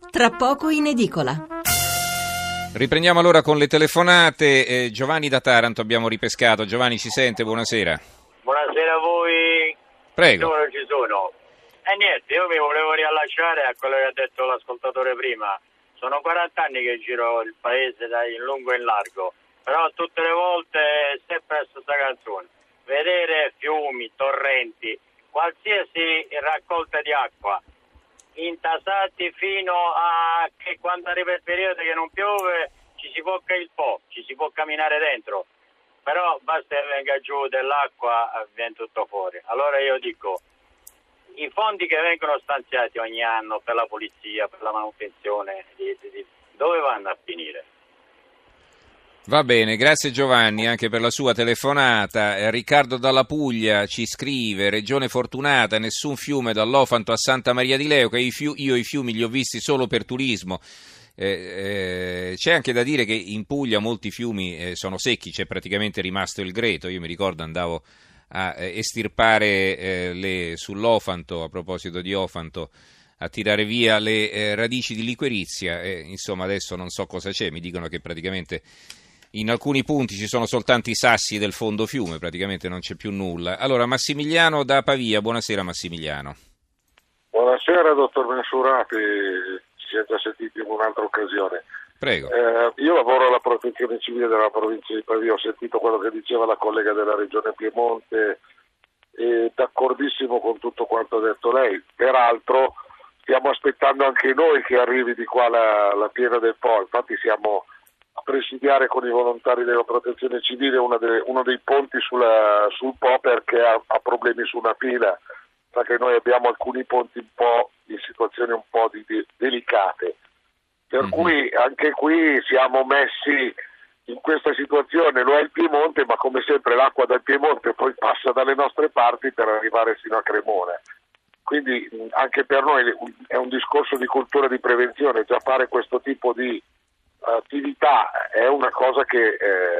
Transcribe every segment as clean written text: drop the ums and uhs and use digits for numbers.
tra poco in edicola. Riprendiamo allora con le telefonate. Giovanni da Taranto abbiamo ripescato. Giovanni, ci sente? Buonasera. Buonasera a voi. Prego. Ci sono. E niente, io mi volevo riallacciare a quello che ha detto l'ascoltatore prima. Sono 40 anni che giro il paese in lungo e in largo, però tutte le volte è sempre la stessa canzone. Vedere fiumi, torrenti, qualsiasi raccolta di acqua, intasati fino a che quando arriva il periodo che non piove ci si può ci si può camminare dentro, però basta che venga giù dell'acqua viene tutto fuori. Allora io dico, i fondi che vengono stanziati ogni anno per la polizia, per la manutenzione, dove vanno a finire? Va bene, grazie Giovanni anche per la sua telefonata. Riccardo dalla Puglia ci scrive: Regione fortunata, nessun fiume dall'Ofanto a Santa Maria di Leu, che io i fiumi li ho visti solo per turismo. C'è anche da dire che in Puglia molti fiumi sono secchi, c'è praticamente rimasto il greto. Io mi ricordo andavo a estirpare sull'Ofanto, a proposito di Ofanto, a tirare via le radici di liquirizia, insomma adesso non so cosa c'è, mi dicono che praticamente in alcuni punti ci sono soltanto i sassi del fondo fiume, praticamente non c'è più nulla. Allora, Massimiliano da Pavia, buonasera Massimiliano. Buonasera dottor Mensurati, ci siamo già sentiti in un'altra occasione. Prego. Io lavoro alla protezione civile della provincia di Pavia, ho sentito quello che diceva la collega della regione Piemonte e d'accordissimo con tutto quanto ha detto lei. Peraltro stiamo aspettando anche noi che arrivi di qua la piena del Po, infatti siamo a presidiare con i volontari della protezione civile uno dei ponti sul Po perché ha problemi su una pila, perché noi abbiamo alcuni ponti un po' in situazioni un po' delicate. Per cui anche qui siamo messi in questa situazione, lo è il Piemonte, ma come sempre l'acqua dal Piemonte poi passa dalle nostre parti per arrivare fino a Cremona. Quindi anche per noi è un discorso di cultura di prevenzione, già fare questo tipo di attività è una cosa che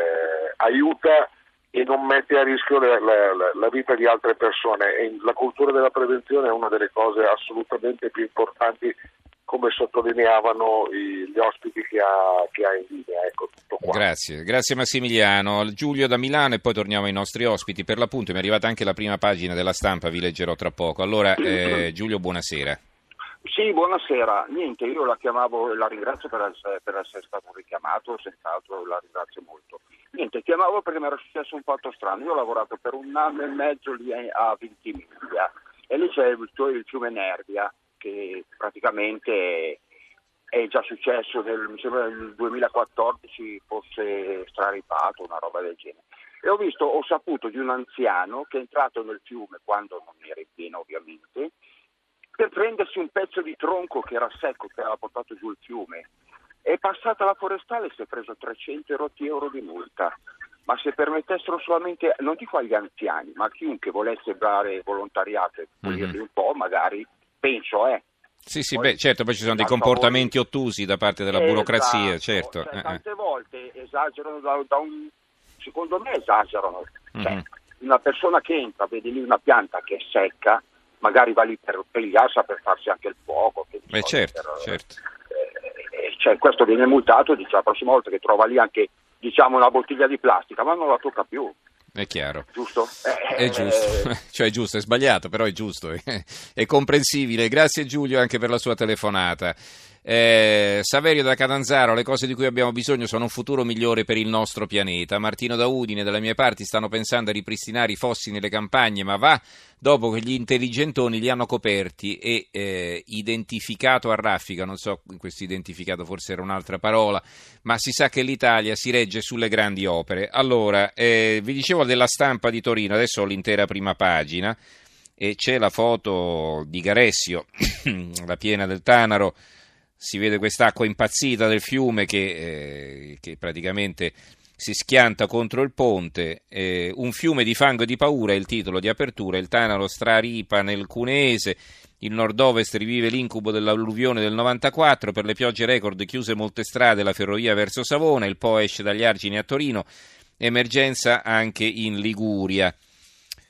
aiuta e non mette a rischio la vita di altre persone, e la cultura della prevenzione è una delle cose assolutamente più importanti, come sottolineavano gli ospiti che ha in linea. Ecco, tutto qua. Grazie Massimiliano. Giulio da Milano e poi torniamo ai nostri ospiti. Per l'appunto mi è arrivata anche la prima pagina della Stampa, vi leggerò tra poco. Allora Giulio, buonasera. Sì, buonasera. Niente, io la chiamavo e la ringrazio per essere stato richiamato, senz'altro la ringrazio molto. Niente, chiamavo perché mi era successo un fatto strano. Io ho lavorato per un anno e mezzo lì a Ventimiglia e lì c'è il fiume Nervia, che praticamente è già successo mi sembra nel 2014 fosse straripato, una roba del genere. E ho saputo di un anziano che è entrato nel fiume quando non era in piena ovviamente, per prendersi un pezzo di tronco che era secco, che aveva portato giù il fiume. È passata la forestale e si è preso 300 euro di multa. Ma se permettessero solamente, non dico agli anziani, ma a chiunque volesse fare volontariato e pulirli un po', magari, penso, Sì, poi, certo, poi ci sono dei comportamenti ottusi da parte della burocrazia, certo. Cioè, tante volte esagerano, secondo me esagerano. Cioè, una persona che entra, vede lì una pianta che è secca, magari va lì per pigliarsi, per farsi anche il fuoco. Certo. Cioè, questo viene multato, dice la prossima volta che trova lì anche una bottiglia di plastica, ma non la tocca più. È chiaro. Giusto? È giusto, cioè è giusto, è sbagliato, però è giusto, è comprensibile. Grazie Giulio anche per la sua telefonata. Saverio da Catanzaro, le cose di cui abbiamo bisogno sono un futuro migliore per il nostro pianeta. Martino da Udine, dalle mie parti stanno pensando a ripristinare i fossi nelle campagne, ma va dopo che gli intelligentoni li hanno coperti e identificato a raffica, non so, questo identificato forse era un'altra parola, ma si sa che l'Italia si regge sulle grandi opere. Allora, vi dicevo della Stampa di Torino, adesso ho l'intera prima pagina e c'è la foto di Garessio, la piena del Tanaro. Si vede quest'acqua impazzita del fiume che praticamente si schianta contro il ponte. Un fiume di fango e di paura è il titolo di apertura. Il Tanaro straripa nel Cuneese. Il nord-ovest rivive l'incubo dell'alluvione del 94. Per le piogge record chiuse molte strade, la ferrovia verso Savona. Il Po esce dagli argini a Torino. Emergenza anche in Liguria.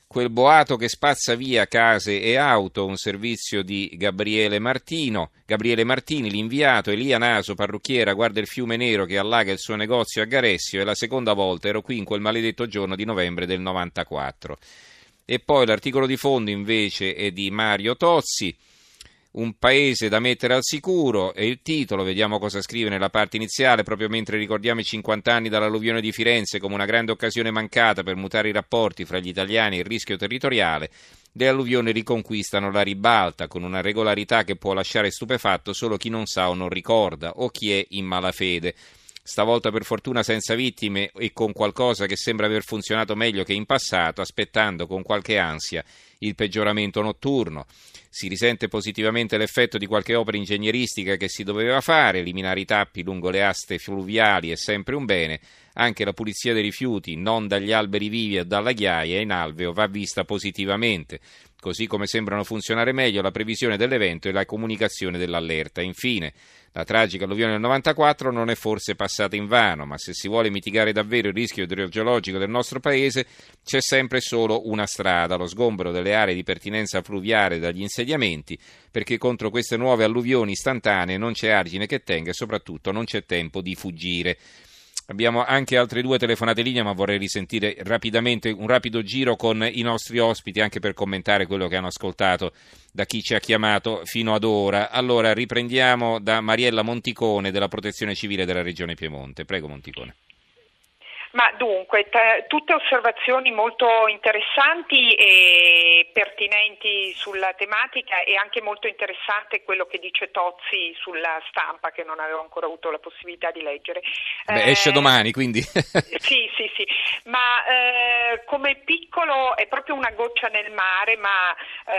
quel boato che spazza via case e auto, un servizio di Gabriele Martini, l'inviato, Elia Naso, parrucchiera, guarda il fiume nero che allaga il suo negozio a Garessio, è la seconda volta, ero qui in quel maledetto giorno di novembre del 94. E poi l'articolo di fondo invece è di Mario Tozzi, un paese da mettere al sicuro, è il titolo, vediamo cosa scrive nella parte iniziale, proprio mentre ricordiamo i 50 anni dall'alluvione di Firenze come una grande occasione mancata per mutare i rapporti fra gli italiani e il rischio territoriale, le alluvioni riconquistano la ribalta con una regolarità che può lasciare stupefatto solo chi non sa o non ricorda o chi è in malafede. Stavolta per fortuna senza vittime e con qualcosa che sembra aver funzionato meglio che in passato, aspettando con qualche ansia il peggioramento notturno. Si risente positivamente l'effetto di qualche opera ingegneristica che si doveva fare, eliminare i tappi lungo le aste fluviali è sempre un bene, anche la pulizia dei rifiuti, non dagli alberi vivi e dalla ghiaia in alveo, va vista positivamente, così come sembrano funzionare meglio la previsione dell'evento e la comunicazione dell'allerta. Infine, la tragica alluvione del 94 non è forse passata invano, ma se si vuole mitigare davvero il rischio idrogeologico del nostro paese c'è sempre solo una strada, lo sgombero delle aree di pertinenza fluviale dagli insediamenti, perché contro queste nuove alluvioni istantanee non c'è argine che tenga e soprattutto non c'è tempo di fuggire. Abbiamo anche altre 2 telefonate in linea, ma vorrei risentire rapidamente un rapido giro con i nostri ospiti, anche per commentare quello che hanno ascoltato da chi ci ha chiamato fino ad ora. Allora, riprendiamo da Mariella Monticone della Protezione Civile della Regione Piemonte. Prego, Monticone. Ma dunque, tutte osservazioni molto interessanti e pertinenti sulla tematica, e anche molto interessante quello che dice Tozzi sulla stampa, che non avevo ancora avuto la possibilità di leggere. Esce domani, quindi. Sì, ma come piccolo è proprio una goccia nel mare, ma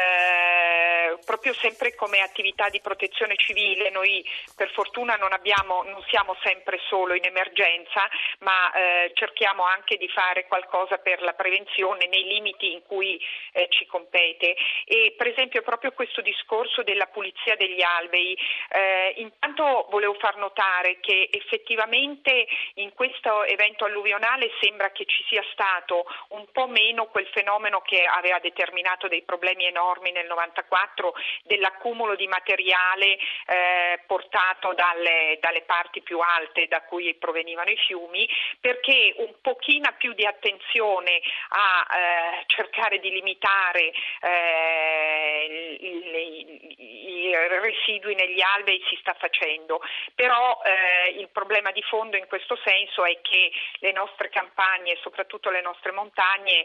proprio sempre come attività di protezione civile noi per fortuna non siamo sempre solo in emergenza, ma cerchiamo anche di fare qualcosa per la prevenzione nei limiti in cui ci compete. E per esempio proprio questo discorso della pulizia degli alvei, intanto volevo far notare che effettivamente in questo evento alluvionale sembra che ci sia stato un po' meno quel fenomeno che aveva determinato dei problemi enormi nel 94 dell'accumulo di materiale portato dalle parti più alte da cui provenivano i fiumi, perché un pochino più di attenzione a cercare di limitare i residui negli alvei si sta facendo, però il problema di fondo in questo senso è che le nostre campagne, soprattutto le nostre montagne,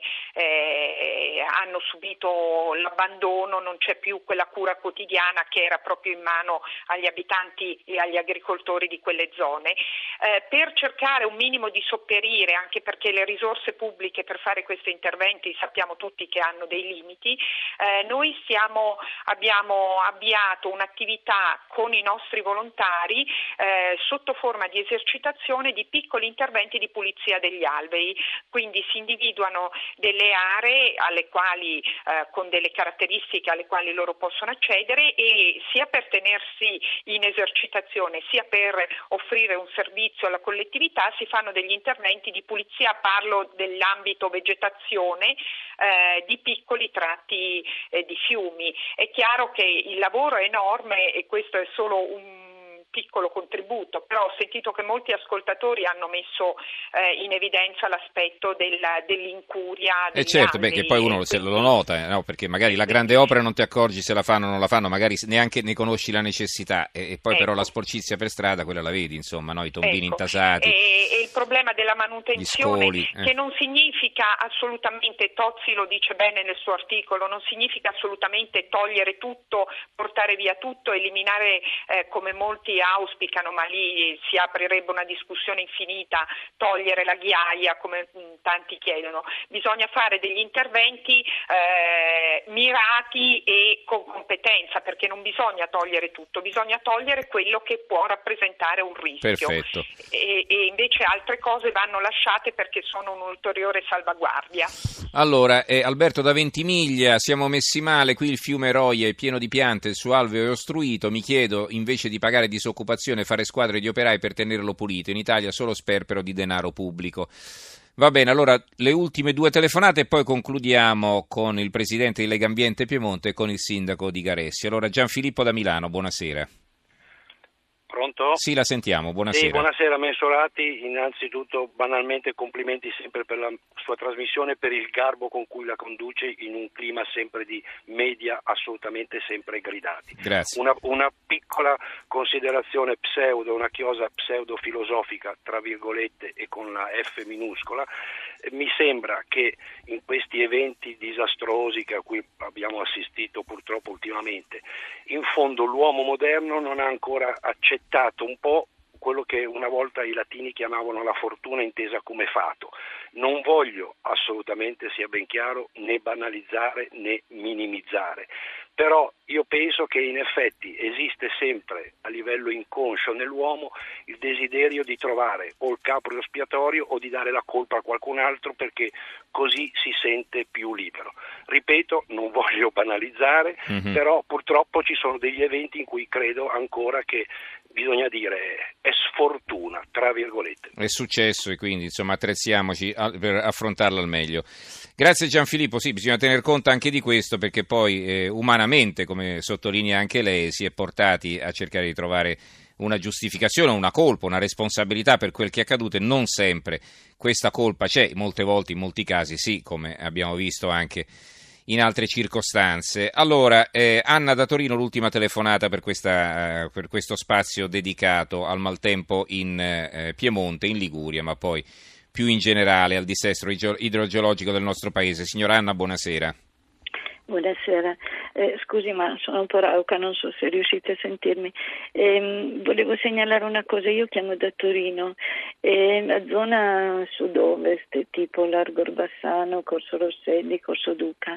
hanno subito l'abbandono, non c'è più quella cura quotidiana che era proprio in mano agli abitanti e agli agricoltori di quelle zone. Per cercare un minimo di sopperire, anche perché le risorse pubbliche per fare questi interventi sappiamo tutti che hanno dei limiti, noi abbiamo avviato un'attività con i nostri volontari sotto forma di esercitazione di piccoli interventi di pulizia degli alvei, quindi si individuano delle aree alle quali con delle caratteristiche alle quali loro possono accedere, e sia per tenersi in esercitazione sia per offrire un servizio alla collettività si fanno degli interventi di pulizia, parlo dell'ambito vegetazione, di piccoli tratti di fiumi. È chiaro che il lavoro è enorme e questo è solo un piccolo contributo, però ho sentito che molti ascoltatori hanno messo in evidenza l'aspetto dell'incuria degli certo, alberi, che poi uno se lo nota, no? Perché magari la grande opera non ti accorgi se la fanno o non la fanno, magari neanche ne conosci la necessità, e poi però la sporcizia per strada quella la vedi, insomma, no? I tombini intasati. E il problema della manutenzione, scoli, che non significa assolutamente, Tozzi lo dice bene nel suo articolo, non significa assolutamente togliere tutto, portare via tutto, eliminare come molti auspicano, ma lì si aprirebbe una discussione infinita, togliere la ghiaia come tanti chiedono. Bisogna fare degli interventi mirati e con competenza, perché non bisogna togliere tutto, bisogna togliere quello che può rappresentare un rischio. Perfetto. E invece altre cose vanno lasciate perché sono un'ulteriore salvaguardia. Allora, Alberto da Ventimiglia, siamo messi male, qui il fiume Roia è pieno di piante, il suo alveo è ostruito, mi chiedo invece di pagare disoccupazione fare squadre di operai per tenerlo pulito, in Italia solo sperpero di denaro pubblico. Va bene, allora le ultime 2 telefonate e poi concludiamo con il presidente di Lega Ambiente Piemonte e con il sindaco di Garessia. Allora Gianfilippo da Milano, buonasera. Pronto? Sì, la sentiamo, buonasera. Sì, buonasera Mensolati, innanzitutto banalmente complimenti sempre per la sua trasmissione e per il garbo con cui la conduce in un clima sempre di media assolutamente sempre gridati. Grazie. Una piccola considerazione una chiosa pseudo-filosofica, tra virgolette e con la F minuscola. Mi sembra che in questi eventi disastrosi a cui abbiamo assistito purtroppo ultimamente, in fondo l'uomo moderno non ha ancora accettato un po' quello che una volta i latini chiamavano la fortuna intesa come fato. Non voglio assolutamente, sia ben chiaro, né banalizzare né minimizzare, però io penso che in effetti esiste sempre a livello inconscio nell'uomo il desiderio di trovare o il capro espiatorio o di dare la colpa a qualcun altro, perché così si sente più libero. Ripeto, non voglio banalizzare, però purtroppo ci sono degli eventi in cui credo ancora che bisogna dire è sfortuna, tra virgolette. È successo e quindi insomma attrezziamoci per affrontarlo al meglio. Grazie Gianfilippo, sì, bisogna tener conto anche di questo, perché poi umanamente, come sottolinea anche lei, si è portati a cercare di trovare una giustificazione, una colpa, una responsabilità per quel che è accaduto, e non sempre questa colpa c'è, molte volte, in molti casi sì, come abbiamo visto anche in altre circostanze. Allora, Anna da Torino, l'ultima telefonata per questo spazio dedicato al maltempo in Piemonte, in Liguria, ma poi più in generale al dissesto idrogeologico del nostro paese. Signora Anna, buonasera. Buonasera, scusi ma sono un po' rauca, non so se riuscite a sentirmi. Volevo segnalare una cosa, io chiamo da Torino, la zona sud-ovest, tipo Largo Orbassano, Corso Rosselli, Corso Duca,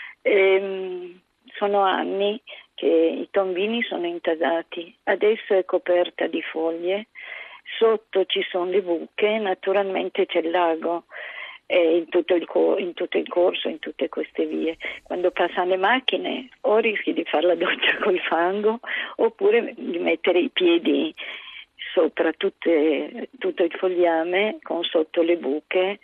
sono anni che i tombini sono intasati, adesso è coperta di foglie, sotto ci sono le buche, naturalmente c'è il lago. In tutto il corso, in tutte queste vie. Quando passano le macchine o rischi di fare la doccia col fango oppure di mettere i piedi sopra tutto il fogliame con sotto le buche,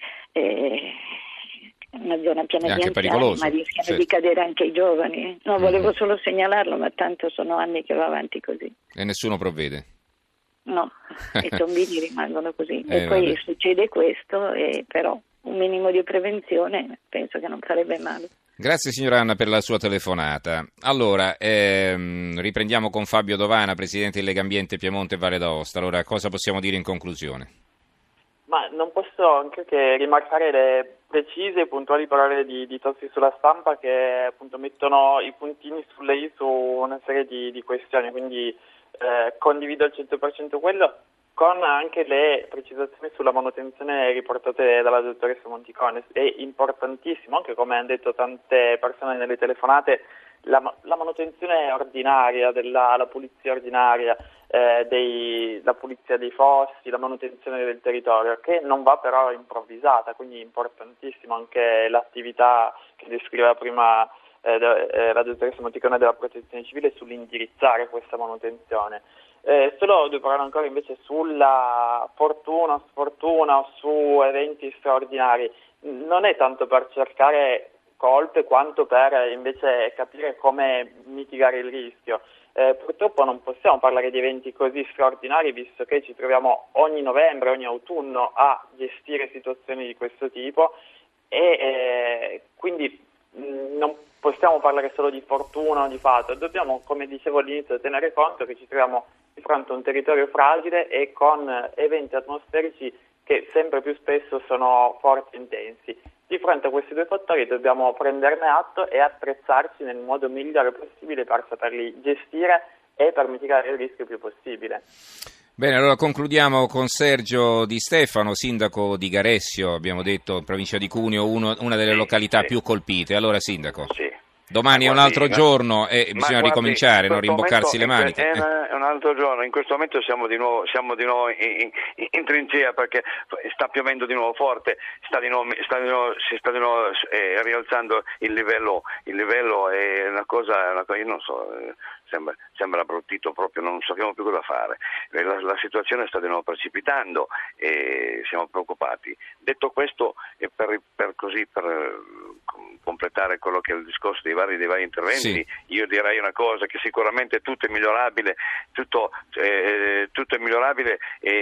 una zona piena di anziani, ma rischiano di cadere anche i giovani. No, volevo solo segnalarlo, ma tanto sono anni che va avanti così. E nessuno provvede? No, i tombini rimangono così. E poi succede questo, però un minimo di prevenzione penso che non farebbe male. Grazie signora Anna per la sua telefonata. Allora, riprendiamo con Fabio Dovana, presidente di Lega Ambiente Piemonte e Valle d'Aosta. Allora, cosa possiamo dire in conclusione? Ma non posso anche che rimarcare le precise e puntuali parole di Tozzi sulla Stampa, che appunto mettono i puntini sulle i su una serie di questioni, quindi condivido al 100% quello, con anche le precisazioni sulla manutenzione riportate dalla dottoressa Monticone. È importantissimo, anche come hanno detto tante persone nelle telefonate, la manutenzione ordinaria, la pulizia ordinaria, la pulizia dei fossi, la manutenzione del territorio, che non va però improvvisata, quindi è importantissimo anche l'attività che descriveva prima la dottoressa Monticone della Protezione Civile sull'indirizzare questa manutenzione. Solo 2 parole ancora invece sulla fortuna o sfortuna o su eventi straordinari. Non è tanto per cercare colpe quanto per invece capire come mitigare il rischio. Purtroppo non possiamo parlare di eventi così straordinari, visto che ci troviamo ogni novembre, ogni autunno a gestire situazioni di questo tipo, e quindi non possiamo parlare solo di fortuna o di fatto. Dobbiamo, come dicevo all'inizio, tenere conto che ci troviamo di fronte a un territorio fragile e con eventi atmosferici che sempre più spesso sono forti e intensi. Di fronte a questi 2 fattori dobbiamo prenderne atto e attrezzarci nel modo migliore possibile per saperli gestire e per mitigare il rischio più possibile. Bene, allora concludiamo con Sergio Di Stefano, sindaco di Garessio, abbiamo detto in provincia di Cuneo, una delle località più colpite. Allora sindaco. Sì. Domani è un altro giorno e bisogna ricominciare, non rimboccarsi le maniche. È un altro giorno, in questo momento siamo di nuovo in trincea, perché sta piovendo di nuovo forte, si sta di nuovo rialzando il livello è una cosa io non so, sembra bruttito proprio, non sappiamo più cosa fare. La situazione sta di nuovo precipitando e siamo preoccupati. Detto questo, per completare quello che è il discorso dei vari interventi, sì. Io direi una cosa, che sicuramente tutto è migliorabile, tutto è migliorabile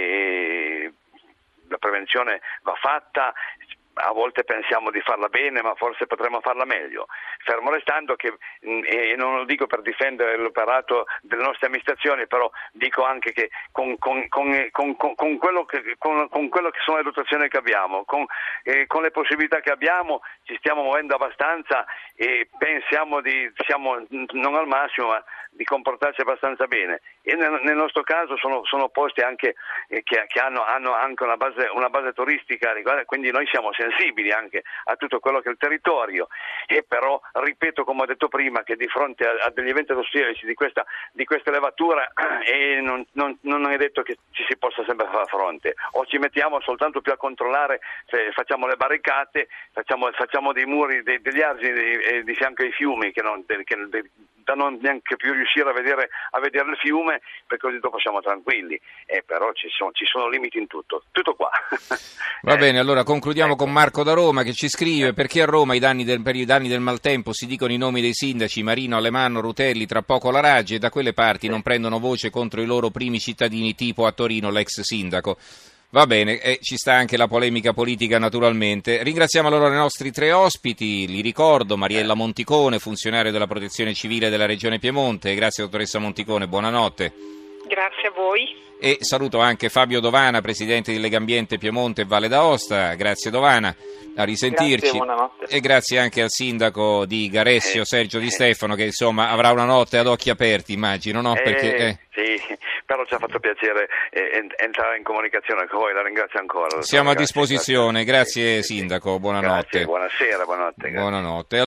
e la prevenzione va fatta. A volte pensiamo di farla bene, ma forse potremmo farla meglio. Fermo restando che, e non lo dico per difendere l'operato delle nostre amministrazioni, però dico anche che con quello che sono le dotazioni che abbiamo, con le possibilità che abbiamo, ci stiamo muovendo abbastanza e pensiamo siamo non al massimo, ma di comportarsi abbastanza bene. E nel nostro caso sono posti anche che hanno anche una base turistica, quindi noi siamo sensibili anche a tutto quello che è il territorio, e però ripeto, come ho detto prima, che di fronte a degli eventi atmosferici di questa levatura non è detto che ci si possa sempre far fronte, o ci mettiamo soltanto più a controllare, facciamo le barricate, facciamo dei muri, degli argini di fianco ai fiumi da non neanche più riuscire a vedere il fiume, perché così dopo siamo tranquilli, però ci sono limiti in tutto qua. Va bene, allora concludiamo con Marco da Roma che ci scrive: perché a Roma per i danni del maltempo si dicono i nomi dei sindaci Marino, Alemanno, Rutelli, tra poco la Raggi, e da quelle parti non prendono voce contro i loro primi cittadini, tipo a Torino l'ex sindaco. Va bene, ci sta anche la polemica politica naturalmente. Ringraziamo allora i nostri tre ospiti, li ricordo: Mariella Monticone, funzionario della Protezione Civile della Regione Piemonte. Grazie dottoressa Monticone, buonanotte. Grazie a voi. E saluto anche Fabio Dovana, presidente di Legambiente Piemonte e Valle d'Aosta. Grazie Dovana, a risentirci. Grazie, buonanotte. E grazie anche al sindaco di Garessio, Sergio Di Stefano, che insomma avrà una notte ad occhi aperti, immagino, no? Sì, però ci ha fatto piacere entrare in comunicazione con voi, la ringrazio ancora. Siamo a disposizione, grazie sindaco, buonanotte. Grazie, buonasera, buonanotte. Buonanotte.